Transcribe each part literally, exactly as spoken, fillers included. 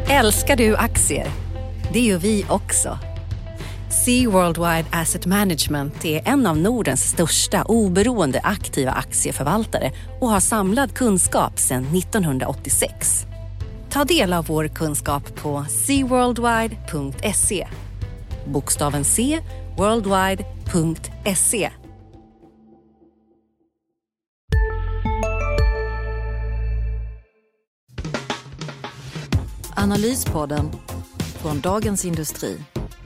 Älskar du aktier? Det gör vi också. Sea Worldwide Asset Management är en av Nordens största oberoende aktiva aktieförvaltare och har samlad kunskap sedan nittonhundraåttiosex. Ta del av vår kunskap på sea worldwide punkt se. Bokstaven C, worldwide punkt se. Analyspodden från Dagens Industri.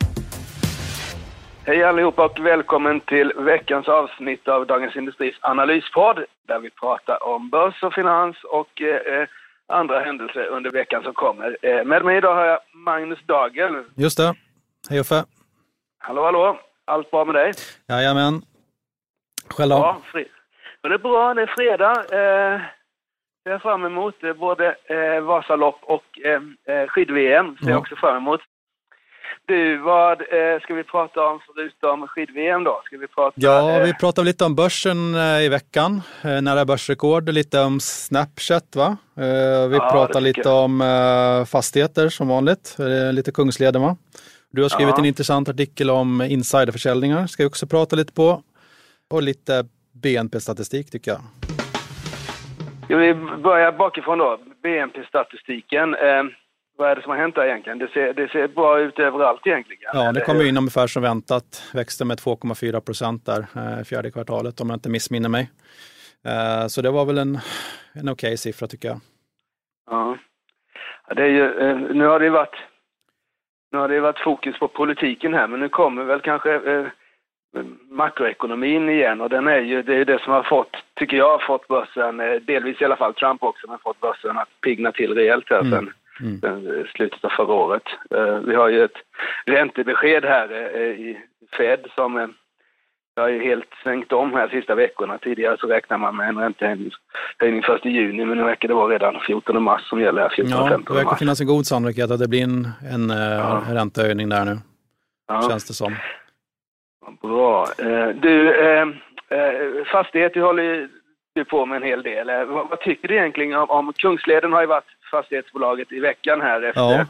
Hej allihopa och välkommen till veckans avsnitt av Dagens Industris analyspodd där vi pratar om börs och finans och eh, andra händelser under veckan som kommer. Eh, med mig idag har jag Magnus Dagel. Just det. Hej Uffe. Hallå, hallå. Allt bra med dig? Jajamän. Själv då? Ja, fri. Men det är bra. Det är fredag. Eh, jag är fram emot eh, både eh, Vasalopp och eh, skid-V M. Så ja. Jag är också fram emot. Du, vad eh, ska vi prata om förutom skid-V M då? Ska vi prata, ja, eh... vi pratar lite om börsen eh, i veckan. Eh, nära börsrekord. Lite om Snapchat, va? Eh, vi ja, pratar lite jag. om eh, fastigheter som vanligt. Eh, lite Kungsleden, va? Du har skrivit ja. en intressant artikel om insiderförsäljningar. Ska vi också prata lite på. Och lite B N P-statistik tycker jag. Ja, vi börjar bakifrån då. B N P-statistiken. Eh, vad är det som har hänt där egentligen? Det ser, det ser bra ut överallt egentligen. Ja, det kommer in ungefär som väntat. Växte med två komma fyra procent där eh, fjärde kvartalet om jag inte missminner mig. Eh, så det var väl en, en okej siffra tycker jag. Ja, ja det är ju, eh, nu har det varit nu har det varit fokus på politiken här, men nu kommer väl kanske eh, makroekonomin igen och den är ju, det är det som har fått, tycker jag har fått börsen, eh, delvis i alla fall Trump också, men fått börsen att pigna till rejält här mm. sen, mm. sen slutet av förra året. Eh, vi har ju ett räntebesked här eh, i Fed som eh, har ju helt svängt om här sista veckorna. Tidigare så räknar man med en räntehöjning först i juni, men nu verkar det vara redan fjortonde mars som gäller här, fjortonde och femtonde mars. Ja, det verkar finnas en god sannolikhet att det blir en, en ja. räntehöjning där nu, ja. känns det som. Bra. Du, eh, fastighet, du håller du på med en hel del. Vad, vad tycker du egentligen om, om Kungsleden har ju varit fastighetsbolaget i veckan här efter, ja.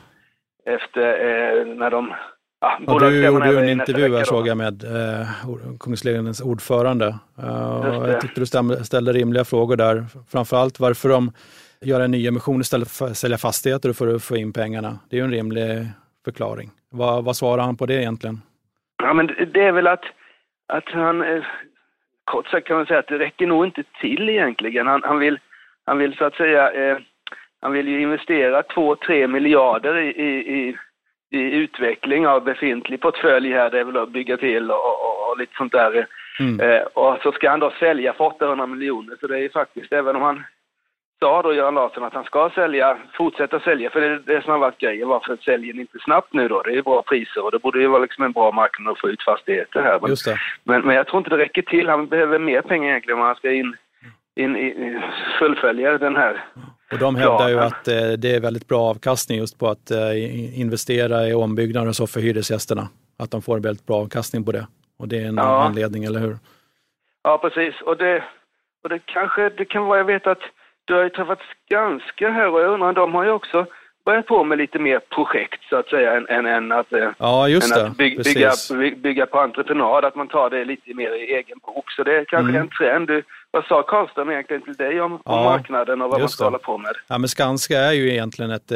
efter eh, när de... Ja, ja, du gjorde ju en intervju här såg jag med eh, Kungsledens ordförande. Uh, jag tyckte du stämde, ställde rimliga frågor där. Framförallt varför de gör en ny emission istället för att sälja fastigheter för att få in pengarna. Det är ju en rimlig förklaring. Vad, vad svarar han på det egentligen? Ja, men det är väl att, att han, eh, kort sagt kan man säga att det räcker nog inte till egentligen. Han, han, vill, han vill så att säga, eh, han vill ju investera två tre miljarder i, i, i, i utveckling av befintlig portfölj här. Det är väl att bygga till och, och, och lite sånt där. Mm. Eh, och så ska han då sälja för åttahundra miljoner. Så det är ju faktiskt, även om han sa då Göran Larsson att han ska sälja, fortsätta sälja, för det är det som har varit grejen. Varför säljer ni inte snabbt nu då? Det är ju bra priser och det borde ju vara liksom en bra marknad att få ut fastigheter här. Men, Just det. men, men jag tror inte det räcker till. Han behöver mer pengar egentligen om han ska in, in, in, fullfölja den här. Och de hävdar planen. ju att eh, det är väldigt bra avkastning just på att eh, investera i ombyggnader och så för hyresgästerna. Att de får en väldigt bra avkastning på det. Och det är en ja. anledning, eller hur? Ja, precis. Och det, och det kanske, det kan vara, jag vet att du har ju träffat Skanska här och jag undrar, de har ju också börjat på med lite mer projekt så att säga än, än, än att, ja, just än att bygga, bygga, bygga på entreprenad, att man tar det lite mer i egen bok. Så det är kanske mm. en trend. Du, vad sa Karlström egentligen till dig om, ja, om marknaden och vad man ska hålla på med? Ja, men Skanska är ju egentligen ett,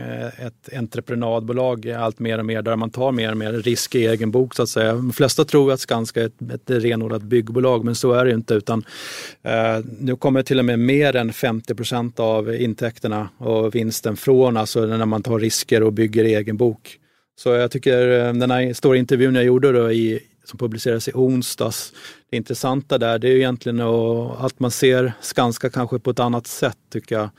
ett entreprenadbolag allt mer och mer där man tar mer och mer risk i egen bok så att säga. De flesta tror att Skanska är ett, ett renodlat byggbolag, men så är det inte, utan eh, nu kommer till och med mer än femtio procent av intäkterna och vinsten från, alltså när man tar risker och bygger i egen bok. Så jag tycker den här stora intervjun jag gjorde då i, som publicerades i onsdags, det intressanta där, det är ju egentligen att man ser Skanska kanske på ett annat sätt tycker jag.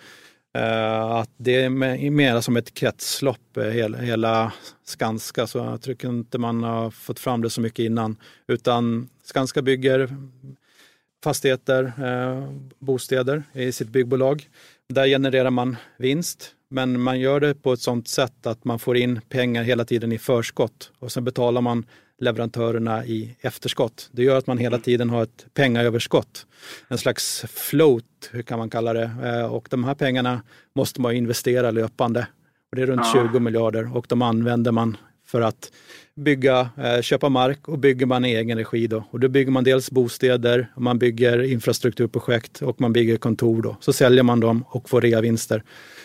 Att det är mer som ett kretslopp hela, hela Skanska, så jag tycker inte man har fått fram det så mycket innan, utan Skanska bygger fastigheter, bostäder i sitt byggbolag. Där genererar man vinst, men man gör det på ett sådant sätt att man får in pengar hela tiden i förskott och sen betalar man leverantörerna i efterskott. Det gör att man hela tiden har ett pengaöverskott. En slags float, hur kan man kalla det. Och de här pengarna måste man investera löpande. Och det är runt ja. tjugo miljarder och de använder man för att bygga, eh, köpa mark och bygger man i egen regi då. Och då bygger man dels bostäder, man bygger infrastrukturprojekt och man bygger kontor då. Så säljer man dem och får reavinster.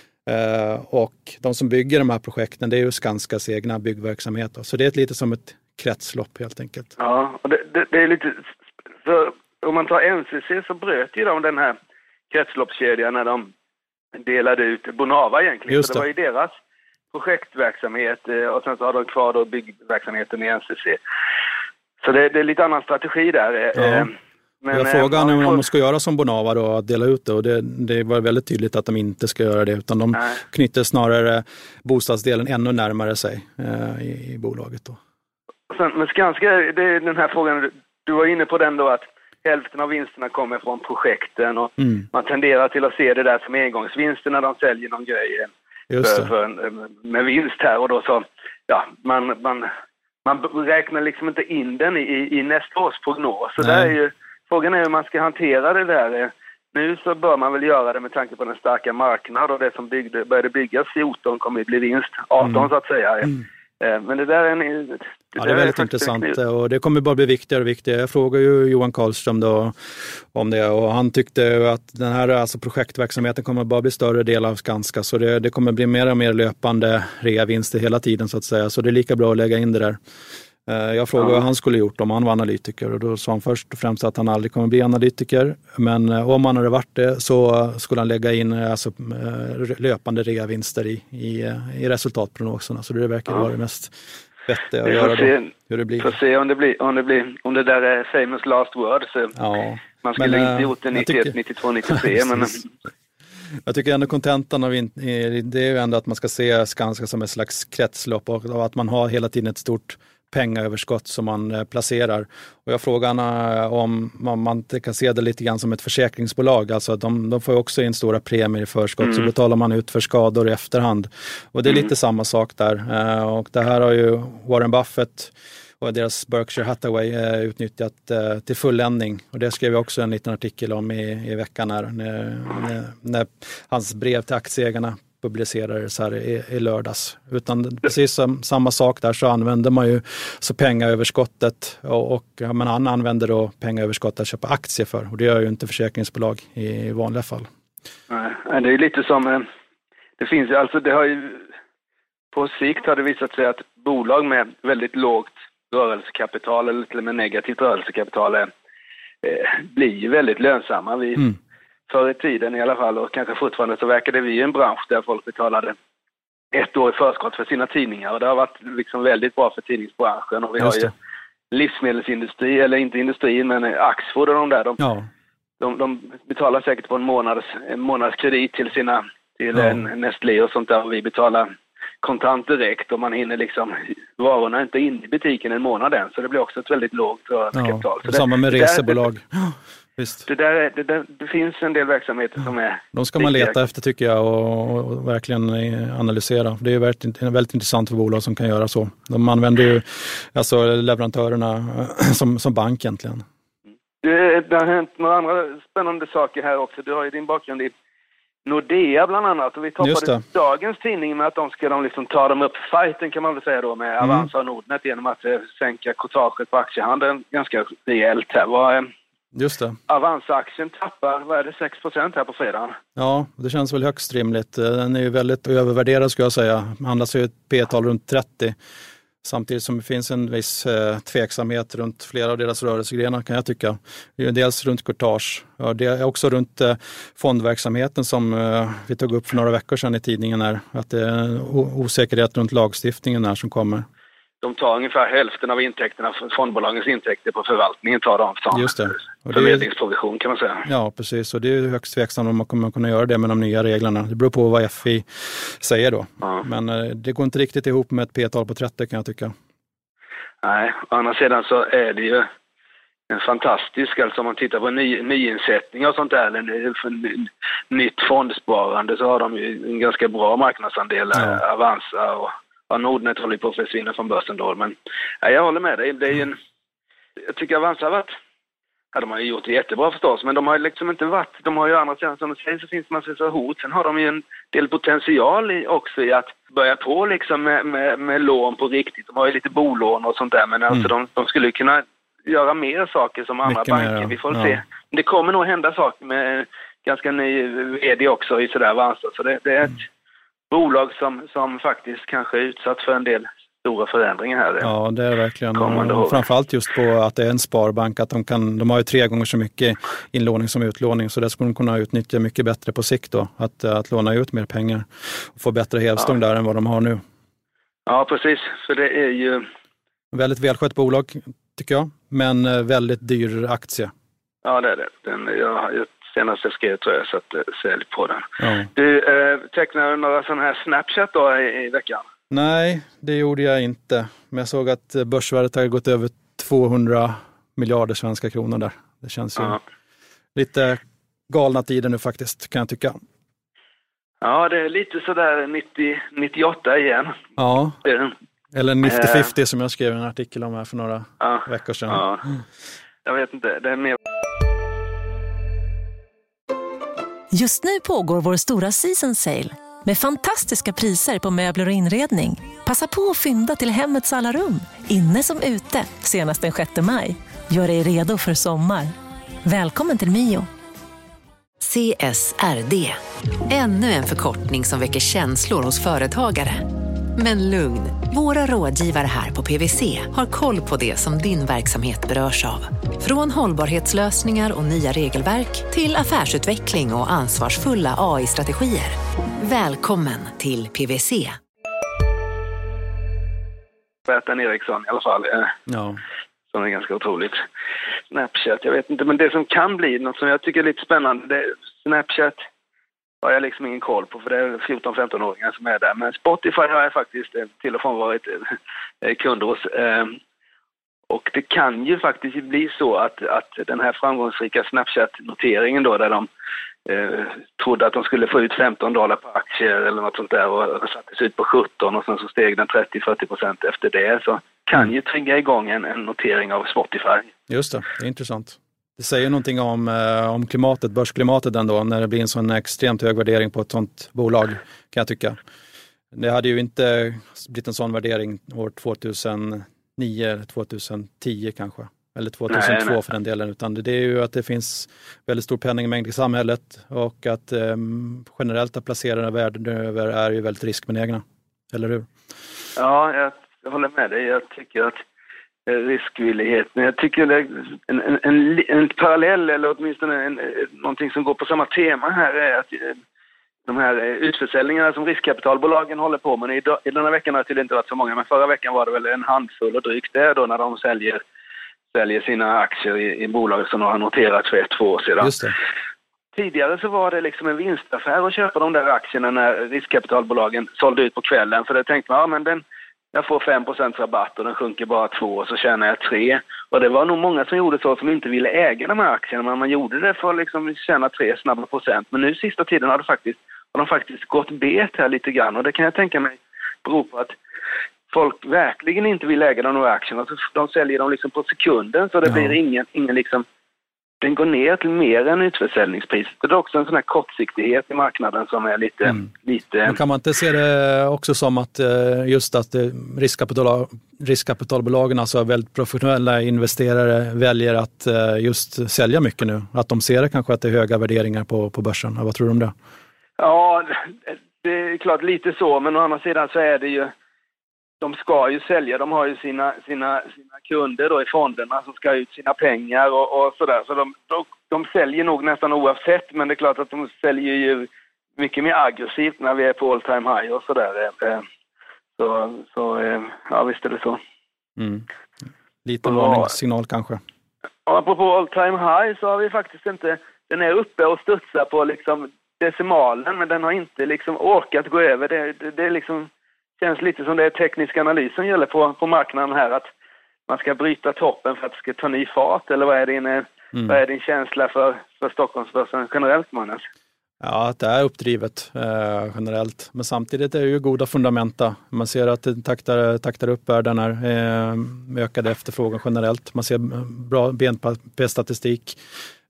Eh, och de som bygger de här projekten, det är ju Skanskas egna byggverksamhet då. Så det är lite som ett kretslopp helt enkelt. Ja, och det, det, det är lite... För om man tar N C C så bröt ju de den här kretsloppskedjan när de delade ut Bonava egentligen. Just det. Så det var ju deras projektverksamhet och sen så har de kvar då byggverksamheten i N C C. Så det, det är lite annan strategi där. Ja. Men, jag frågan är om får... de ska göra som Bonava då, att dela ut det, och det, det var väldigt tydligt att de inte ska göra det, utan de Nej. knyter snarare bostadsdelen ännu närmare sig eh, i, i bolaget då. Sen, men Skanska, det är den här frågan, du var inne på den då, att hälften av vinsterna kommer från projekten och mm. man tenderar till att se det där som engångsvinster när de säljer någon grej för, för, med vinst här, och då så, ja, man, man, man räknar liksom inte in den i, i nästa års prognos. Så där är ju, frågan är hur man ska hantera det där. Nu så bör man väl göra det med tanke på den starka marknaden, och det som byggde, började byggas fjorton kommer att bli vinst arton mm. så att säga. Mm. Men det där är en... Det, ja, det är väldigt intressant kniv. Och det kommer bara bli viktigare och viktigare. Jag frågar ju Johan Karlström då om det, och han tyckte att den här alltså projektverksamheten kommer bara bli större del av Skanska, så det, det kommer bli mer och mer löpande reavinster hela tiden så att säga, så det är lika bra att lägga in det där. Jag frågade ja. vad han skulle gjort om han var analytiker, och då sa han först och främst att han aldrig kommer bli analytiker, men om han hade varit det så skulle han lägga in alltså, löpande reavinster i, i, i resultatprognoserna, så det verkar ja. vara det mest vettiga att göra se, då, hur det blir. Får se om det blir, om det blir, om det där är famous last word, så ja. man skulle men, inte gjort det nittioett, tycker... nittiotvå, nittiotre, men... Jag tycker ändå kontentan av det är ju ändå att man ska se Skanska som ett slags kretslopp, och att man har hela tiden ett stort pengaöverskott som man placerar. Och jag frågar om man, man kan se det lite grann som ett försäkringsbolag. Alltså de, de får ju också in stora premier i förskott, mm. så betalar man ut för skador i efterhand. Och det är mm. lite samma sak där. Och det här har ju Warren Buffett och deras Berkshire Hathaway utnyttjat till fulländning. Och det skrev jag också en liten artikel om i, i veckan här, när, när, när hans brev till aktieägarna publicerades här i, i lördags. Utan precis som samma sak där, så använder man ju så pengaöverskottet, och, och ja, men han använder då pengaöverskottet att köpa aktier för, och det gör ju inte försäkringsbolag i vanliga fall. Nej, det är lite som det finns alltså, det har ju på sikt har det visat sig att bolag med väldigt lågt rörelsekapital eller till och med negativt rörelsekapital eh, blir ju väldigt lönsamma. Vi mm. Förr i tiden i alla fall, och kanske fortfarande, så verkade vi i en bransch där folk betalade ett år i förskott för sina tidningar, och det har varit liksom väldigt bra för tidningsbranschen. Och vi har ju livsmedelsindustri, eller inte industrin, men Axfood och de där, de, ja. de, de betalar säkert på en månads, en månads kredit till sina till ja. en Nestlé och sånt där, och vi betalar kontant direkt, och man hinner liksom, varorna är inte in i butiken en månad än, så det blir också ett väldigt lågt rörelsekapital. Ja, samma med resebolag. Det, Visst. Det, där är, det, där, det finns en del verksamheter som är... De ska man leta efter tycker jag, och, och verkligen analysera. Det är väldigt, väldigt intressant för bolag som kan göra så. De använder ju alltså leverantörerna som, som bank egentligen. Det, det har hänt några andra spännande saker här också. Du har ju din bakgrund i Nordea bland annat, och vi toppade dagens tidning med att de ska de liksom ta dem upp fighten, kan man väl säga då, med mm. Avanza och Nordnet genom att eh, sänka cotaget på aktiehandeln ganska rejält här. Vad, eh, Just det. Avanza-aktien tappar, vad är det, sex procent här på fredagen? Ja, det känns väl högst rimligt. Den är ju väldigt övervärderad, ska jag säga. Handlas ju ett P-tal runt trettio. Samtidigt som det finns en viss eh, tveksamhet runt flera av deras rörelsegrenar, kan jag tycka. Det är ju dels runt courtage. Ja, det är också runt eh, fondverksamheten som eh, vi tog upp för några veckor sedan i tidningen här. Att det är en osäkerhet runt lagstiftningen här som kommer. De tar ungefär hälften av intäkterna, fondbolagens intäkter på förvaltningen tar de som Just det. Och förmedlingsprovision, kan man säga. Ja, precis. Och det är högst tveksamt om man kommer kunna göra det med de nya reglerna. Det beror på vad F I säger då. Ja. Men eh, det går inte riktigt ihop med ett P-tal på trettio, kan jag tycka. Nej, å andra sidan så är det ju en fantastisk, alltså om man tittar på ny, nyinsättning och sånt där, eller för nytt fondsparande, så har de ju en ganska bra marknadsandel, ja. Avanza och Ja, Nordnet håller på att försvinna från börsen då, men ja, jag håller med dig. Det är en, jag tycker Avanza har varit, Ja, de har ju gjort det jättebra förstås, men de har ju liksom inte varit, de har ju andra sidan, som de säger så finns det massor av hot. Sen har de ju en del potential i, också i att börja på liksom med, med, med lån på riktigt. De har ju lite bolån och sånt där, men mm. alltså de, de skulle kunna göra mer saker som andra Mycket banker. Mer, ja. Vi får ja. se. Det kommer nog hända saker med ganska ny vd också i sådär Avanza. Så det, det är ett mm. bolag som, som faktiskt kanske är utsatt för en del stora förändringar här. Ja, det är verkligen. Framförallt just på att det är en sparbank, att de kan, de har ju tre gånger så mycket inlåning som utlåning, så det skulle de kunna utnyttja mycket bättre på sikt då, att, att låna ut mer pengar och få bättre hävstång ja. där än vad de har nu. Ja, precis. Så det är ju... Väldigt välskött bolag tycker jag, men väldigt dyr aktie. Ja, det är det. Den, jag, jag senast jag skrev tror jag så att uh, sälj på den. Ja. Du eh, tecknade några sådana här Snapchat då i, i veckan? Nej, det gjorde jag inte. Men jag såg att börsvärdet har gått över tvåhundra miljarder svenska kronor där. Det känns ju ja. lite galna tider nu faktiskt, kan jag tycka. Ja, det är lite sådär nittio nittioåtta igen. Ja, mm. eller nifty fifty som jag skrev en artikel om här för några ja. veckor sedan. Ja. Jag vet inte, det är mer... Just nu pågår vår stora season sale med fantastiska priser på möbler och inredning. Passa på att fynda till hemmets alla rum, inne som ute, senast den sjätte maj. Gör dig redo för sommar. Välkommen till Mio. C S R D. Ännu en förkortning som väcker känslor hos företagare. Men lugn, våra rådgivare här på P W C har koll på det som din verksamhet berörs av. Från hållbarhetslösningar och nya regelverk till affärsutveckling och ansvarsfulla A I-strategier. Välkommen till P W C. Bertan Eriksson i alla fall. Ja. Som är ganska otroligt. Snapchat, jag vet inte. Men det som kan bli något som jag tycker är lite spännande, det är Snapchat har jag liksom ingen koll på, för det är fjorton femton-åringar som är där. Men Spotify har jag faktiskt till och från varit kund hos. Och det kan ju faktiskt bli så att, att den här framgångsrika Snapchat-noteringen då, där de eh, trodde att de skulle få ut femton dollar på aktier eller något sånt där, och det sattes ut på sjutton och sen så steg den trettio till fyrtio procent efter det, så kan ju trigga igång en, en notering av Spotify. Just det, det är intressant. Det säger någonting om, eh, om klimatet, börsklimatet ändå, när det blir en sån extremt hög värdering på ett sånt bolag, kan jag tycka. Det hade ju inte blivit en sån värdering år tvåtusennio eller tvåtusentio kanske, eller tvåtusentvå nej, nej. för den delen, utan det är ju att det finns väldigt stor penningmängd i samhället och att eh, generellt att placera värden över är ju väldigt riskbenägna, eller hur? Ja, jag, jag håller med dig. Jag tycker att riskvilligheten. Jag tycker det är en, en, en, en parallell, eller åtminstone en, någonting som går på samma tema här, är att de här utförsäljningarna som riskkapitalbolagen håller på med, i, i den här veckan har det tydligen inte varit så många, men förra veckan var det väl en handfull och drygt det då, när de säljer, säljer sina aktier i, i bolag som de har noterat för ett, två år sedan. Just det. Tidigare så var det liksom en vinstaffär att köpa de där aktierna när riskkapitalbolagen sålde ut på kvällen, för det tänkte man, ja men den jag får fem procent rabatt och den sjunker bara två och så tjänar jag tre. Och det var nog många som gjorde så som inte ville äga de här aktierna, men man gjorde det för att liksom tjäna tre snabba procent. Men nu sista tiden har, det faktiskt, har de faktiskt gått bet här lite grann, och det kan jag tänka mig beror på att folk verkligen inte vill äga de här aktierna. Så de säljer dem liksom på sekunden, så det ja. blir ingen, ingen liksom, den går ner till mer än utförsäljningspriset. Det är också en sån här kortsiktighet i marknaden som är lite... Mm. lite... Men kan man inte se det också som att just att riskkapital, riskkapitalbolagen, alltså väldigt professionella investerare, väljer att just sälja mycket nu? Att de ser det kanske att det är höga värderingar på, på börsen. Vad tror du om det? Ja, det är klart lite så, men å andra sidan så är det ju... De ska ju sälja, de har ju sina, sina, sina kunder då i fonderna som ska ut sina pengar och, och sådär. Så de, de, de säljer nog nästan oavsett, men det är klart att de säljer ju mycket mer aggressivt när vi är på all time high och sådär. Så, så ja, visst är det så. Mm. Lite varningssignal kanske. Och apropå all time high så har vi faktiskt inte, den är uppe och studsar på liksom decimalen, men den har inte liksom orkat gå över. Det, det, det är liksom... känns lite som det är teknisk analys som gäller på, på marknaden här, att man ska bryta toppen för att det ska ta ny fart, eller vad är din, mm. vad är din känsla för, för Stockholmsbörsen generellt, Magnus? Ja, att det är uppdrivet eh, generellt. Men samtidigt är det ju goda fundamenta. Man ser att det taktar, taktar upp världen här, eh, med ökade efterfrågan generellt. Man ser bra B N P-statistik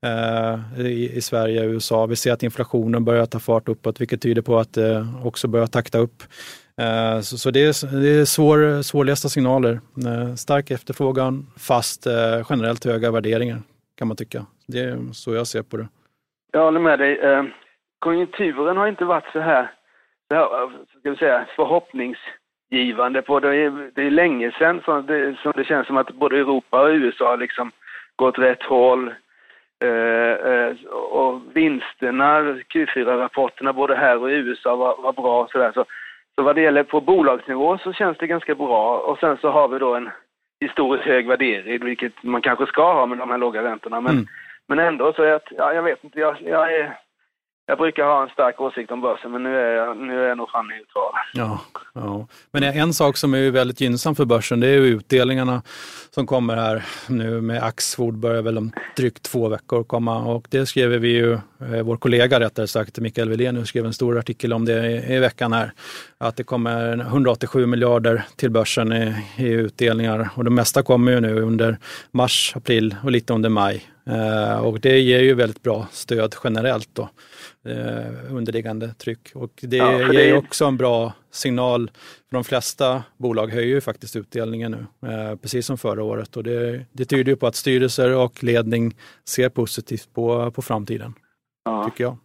eh, i, i Sverige och U S A. Vi ser att inflationen börjar ta fart uppåt, vilket tyder på att det eh, också börjar takta upp. Eh, så, så det är, det är svår, svårlästa signaler. Eh, stark efterfrågan, fast eh, generellt höga värderingar kan man tycka. Det är så jag ser på det. Jag håller med dig. Eh... Konjunkturen har inte varit så här, så här ska vi säga, förhoppningsgivande på det. Är, det är länge sedan som det, som det känns som att både Europa och U S A liksom gått rätt håll. Eh, eh, och vinsterna, Q fyra-rapporterna både här och i U S A var, var bra. Så, där. Så, så vad det gäller på bolagsnivå så känns det ganska bra. Och sen så har vi då en historiskt hög värdering, vilket man kanske ska ha med de här låga räntorna. Men, mm. men ändå så är att, ja, jag vet inte, jag, jag är... Jag brukar ha en stark åsikt om börsen, men nu är jag, nu är jag nog fan neutral. Ja, ja, men en sak som är väldigt gynnsam för börsen, det är ju utdelningarna som kommer här nu med Axfood, börjar väl om drygt två veckor komma. Och det skrev vi ju, vår kollega rättare sagt, Mikael Wilén, skrev en stor artikel om det i, i veckan här. Att det kommer hundraåttiosju miljarder till börsen i, i utdelningar. Och det mesta kommer ju nu under mars, april och lite under maj. Uh, och det ger ju väldigt bra stöd generellt då, uh, underliggande tryck. Och det, ja, ger det... ju också en bra signal, för de flesta bolag höjer ju faktiskt utdelningen nu, uh, precis som förra året. Och det, det tyder ju på att styrelser och ledning ser positivt på, på framtiden, ja. Tycker jag.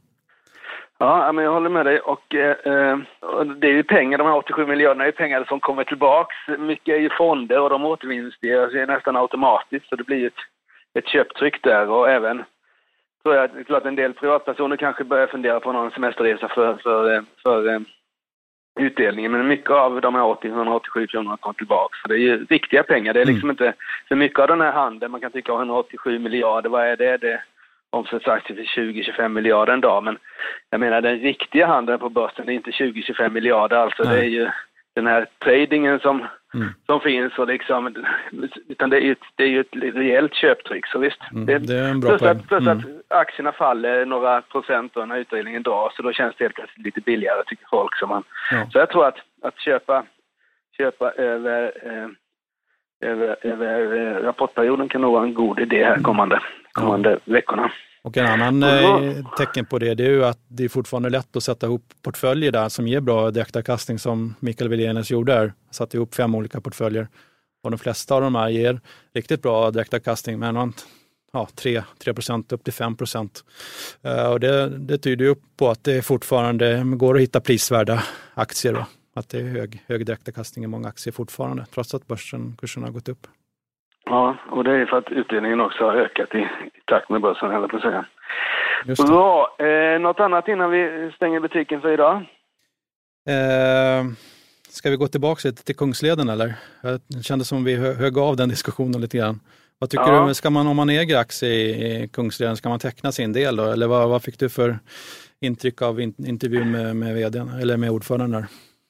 Ja, men jag håller med dig. Och, eh, och det är ju pengar, de här åttiosju miljarderna är pengar som kommer tillbaks. Mycket är ju fonder och de återvinsteras nästan automatiskt, så det blir ett ett köptryck där. Och även tror jag att, att en del privatpersoner kanske börjar fundera på någon semesterresa för, för, för, för utdelningen. Men mycket av de här åttio till hundraåttiosju kronorna kommer tillbaka. Så det är ju riktiga pengar. Det är liksom mm. inte för mycket av den här handeln. Man kan tycka att hundraåttiosju miljarder, vad är det? Det omsätts aktier för tjugo till tjugofem miljarder en dag. Men jag menar, den riktiga handeln på börsen är inte tjugo till tjugofem miljarder. Alltså Nej. Det är ju den här tradingen som Mm. som finns, och liksom, utan det är ju ett, det är ju ett rejält köptryck, så visst. Mm, det, det är en bra plus poäng. Att, plus mm. att aktierna faller några procent och när utdelningen drar, så då känns det helt plötsligt lite billigare, tycker folk. Som man. Ja. Så jag tror att, att köpa, köpa över, eh, över, över eh, rapportperioden kan nog vara en god idé här kommande, kommande ja. veckorna. Och en annan eh, tecken på det, det är ju att det är fortfarande lätt att sätta ihop portföljer där som ger bra direktavkastning, som Mikael Willénes gjorde där. Satt ihop fem olika portföljer. Och de flesta av de här ger riktigt bra direktavkastning med någon, ja, tre procent upp till fem procent. Uh, och det, det tyder ju på att det fortfarande går att hitta prisvärda aktier då. Att det är hög, hög direktavkastning i många aktier fortfarande, trots att börsen, kursen har gått upp. Ja, och det är för att utdelningen också har ökat i, i takt med börsen, eller på att säga. Bra. Eh, något annat innan vi stänger butiken för idag? Eh, ska vi gå tillbaka lite till Kungsleden, eller? Jag kände som vi hö, högg av den diskussionen lite grann. Vad tycker ja. du, ska man, om man äger aktier i, i Kungsleden, ska man teckna sin del då? Eller vad, vad fick du för intryck av in, intervjun med, med vdn, eller med ordföranden där?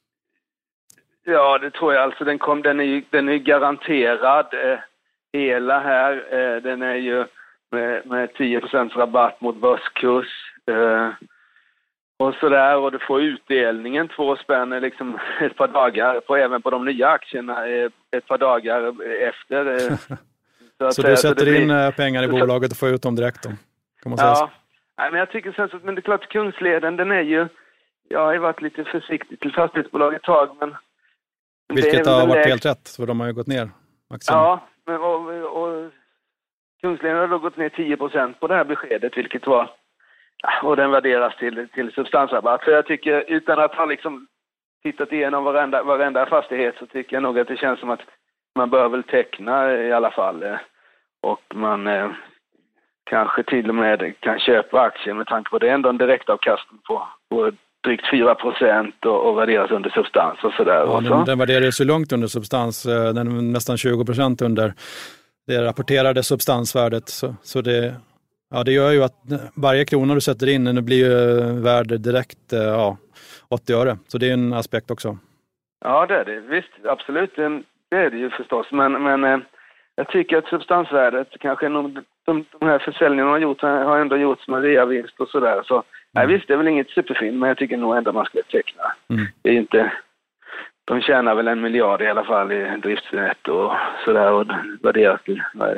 Ja, det tror jag. Alltså den, kom, den, är, den är garanterad. Eh, hela här, eh, den är ju med, med tio procent rabatt mot börskurs. Eh, och sådär. Och du får utdelningen två spänn liksom ett par dagar, på, även på de nya aktierna, eh, ett par dagar efter. Eh, så att, så du sätter så in blir, pengar i bolaget och får ut dem direkt då? Kan man säga ja, så? Nej, men jag tycker sen så, men det är klart, Kungsleden, den är ju, jag har ju varit lite försiktig till fastighetsbolag ett tag, men vilket har varit läge. Helt rätt, för de har ju gått ner aktierna. Ja, men och, och Kungsleden har då gått ner tio procent på det här beskedet, vilket var, och den värderas till, till substansrabatt. Så jag tycker, utan att ha liksom tittat igenom varenda, varenda fastighet, så tycker jag nog att det känns som att man bör väl teckna i alla fall. Och man eh, kanske till och med kan köpa aktier, med tanke på det är ändå en direktavkastning på, på drygt fyra procent och, och värderas under substans och sådär. Ja, den, så. den värderas så långt under substans, den är nästan tjugo procent under det rapporterade substansvärdet. Så, så det, ja, det gör ju att varje krona du sätter in, den blir ju värd direkt ja, åttio öre. Så det är en aspekt också. Ja, det är det. Visst, absolut. Det är det ju förstås. Men, men jag tycker att substansvärdet, kanske de, de, de här försäljningarna har gjort, har ändå gjorts med reavinst och sådär. Så Nej, visst, det är väl inget superfilm, men jag tycker nog ändå man ska teckna. Mm. Det är inte... De tjänar väl en miljard i alla fall i driftsnät och sådär, och värderas till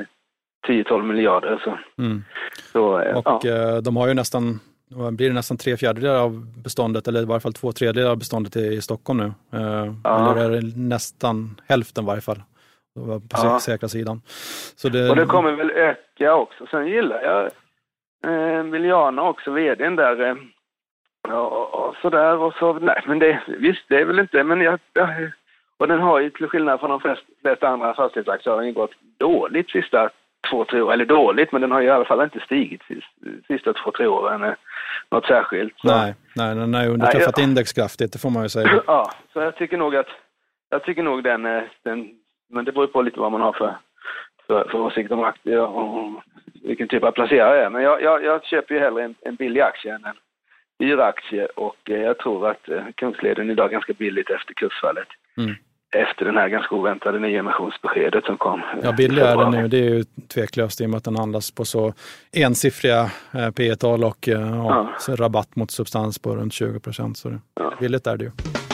tio till tolv miljarder. Så. Mm. Så, och ja. eh, de har ju nästan, blir det nästan tre fjärdedelar av beståndet, eller i varje fall två tredjedelar av beståndet i Stockholm nu. Eh, ja. Eller är det nästan hälften i varje fall. På ja. säkra sidan. Så det... Och det kommer väl öka också. Sen gillar jag eh, Miliana också, vdn där. Eh, och, och sådär. Och så, nej, men det, visst, det är väl inte, men jag, jag och den har ju till skillnad från de flesta, flesta andra fastighetsaktier har den gått dåligt sista två, tre år. Eller dåligt, men den har ju i alla fall inte stigit sista, sista två, tre åren. Eh, något särskilt. Så. Nej, nej, den har ju underträffat index kraftigt, det får man ju säga. Ja, så jag tycker nog att jag tycker nog den, den men det beror på lite vad man har för, för, för åsikt om aktier och vilken typ av placerare är. Men jag, jag, jag köper ju hellre en, en billig aktie än en dyr aktie, och jag tror att Kungsleden idag är ganska billigt efter kursfallet. Mm. Efter den här ganska oväntade nyemissionsbeskedet som kom. Ja, billig är den nu. Det är ju tveklöst i och med att den handlas på så ensiffriga P E-tal och ja, ja. Så rabatt mot substans på runt tjugo procent. Så det, ja. Billigt är det ju.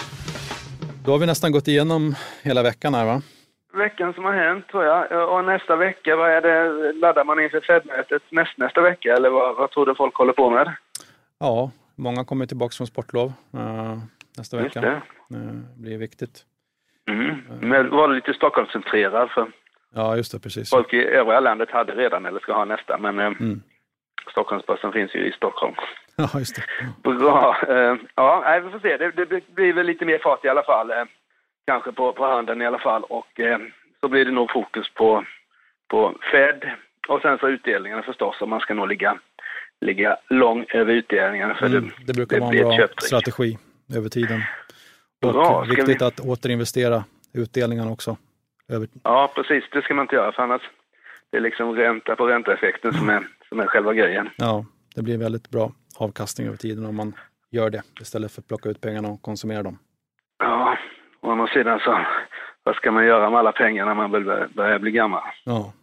Då har vi nästan gått igenom hela veckan här, va? Veckan som har hänt, tror jag. Och nästa vecka, vad är det? Laddar man inför Fed-mötet näst, nästa vecka? Eller vad, vad tror du folk håller på med? Ja, många kommer tillbaka från sportlov uh, nästa vecka. Det uh, blir viktigt. Mm. Men var det lite Stockholmscentrerad för ja, just det, precis. Folk i övriga landet hade redan eller ska ha nästa, men uh, mm. Stockholmsbörsen finns ju i Stockholm. Ja, just det. Bra. Uh, ja, nej, vi får se. Det, det blir väl lite mer fart i alla fall. Uh, kanske på, på handeln i alla fall. Och uh, så blir det nog fokus på, på Fed. Och sen så utdelningarna förstås. Och man ska nog ligga, ligga lång över utdelningarna. För mm, det, det brukar det vara en bra köptryck. Strategi över tiden. Och bra, viktigt vi... att återinvestera utdelningarna också. Över... Ja, precis. Det ska man inte göra. För annars det är liksom ränta på räntaeffekten mm. som, är, som är själva grejen. Ja, det blir väldigt bra avkastning över tiden om man gör det istället för att plocka ut pengarna och konsumera dem. Ja, och å andra sidan så vad ska man göra med alla pengar när man börjar, börjar bli gammal? Ja.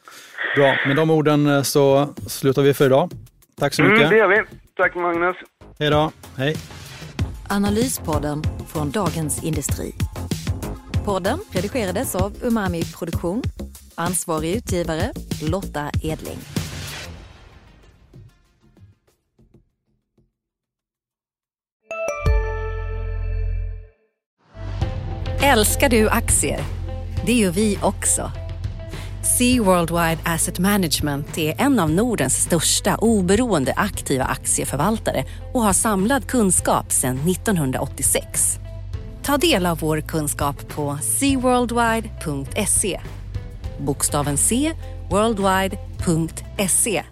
Bra, med de orden så slutar vi för idag. Tack så mycket. Mm, det gör vi. Tack Magnus. Hej då. Hej. Analyspodden från Dagens Industri. Podden redigerades av Umami Produktion. Ansvarig utgivare Lotta Edling. Älskar du aktier? Det gör vi också. Sea Worldwide Asset Management är en av Nordens största oberoende aktiva aktieförvaltare och har samlad kunskap sedan nittonhundraåttiosex. Ta del av vår kunskap på sea worldwide punkt se. Bokstaven C, worldwide punkt se.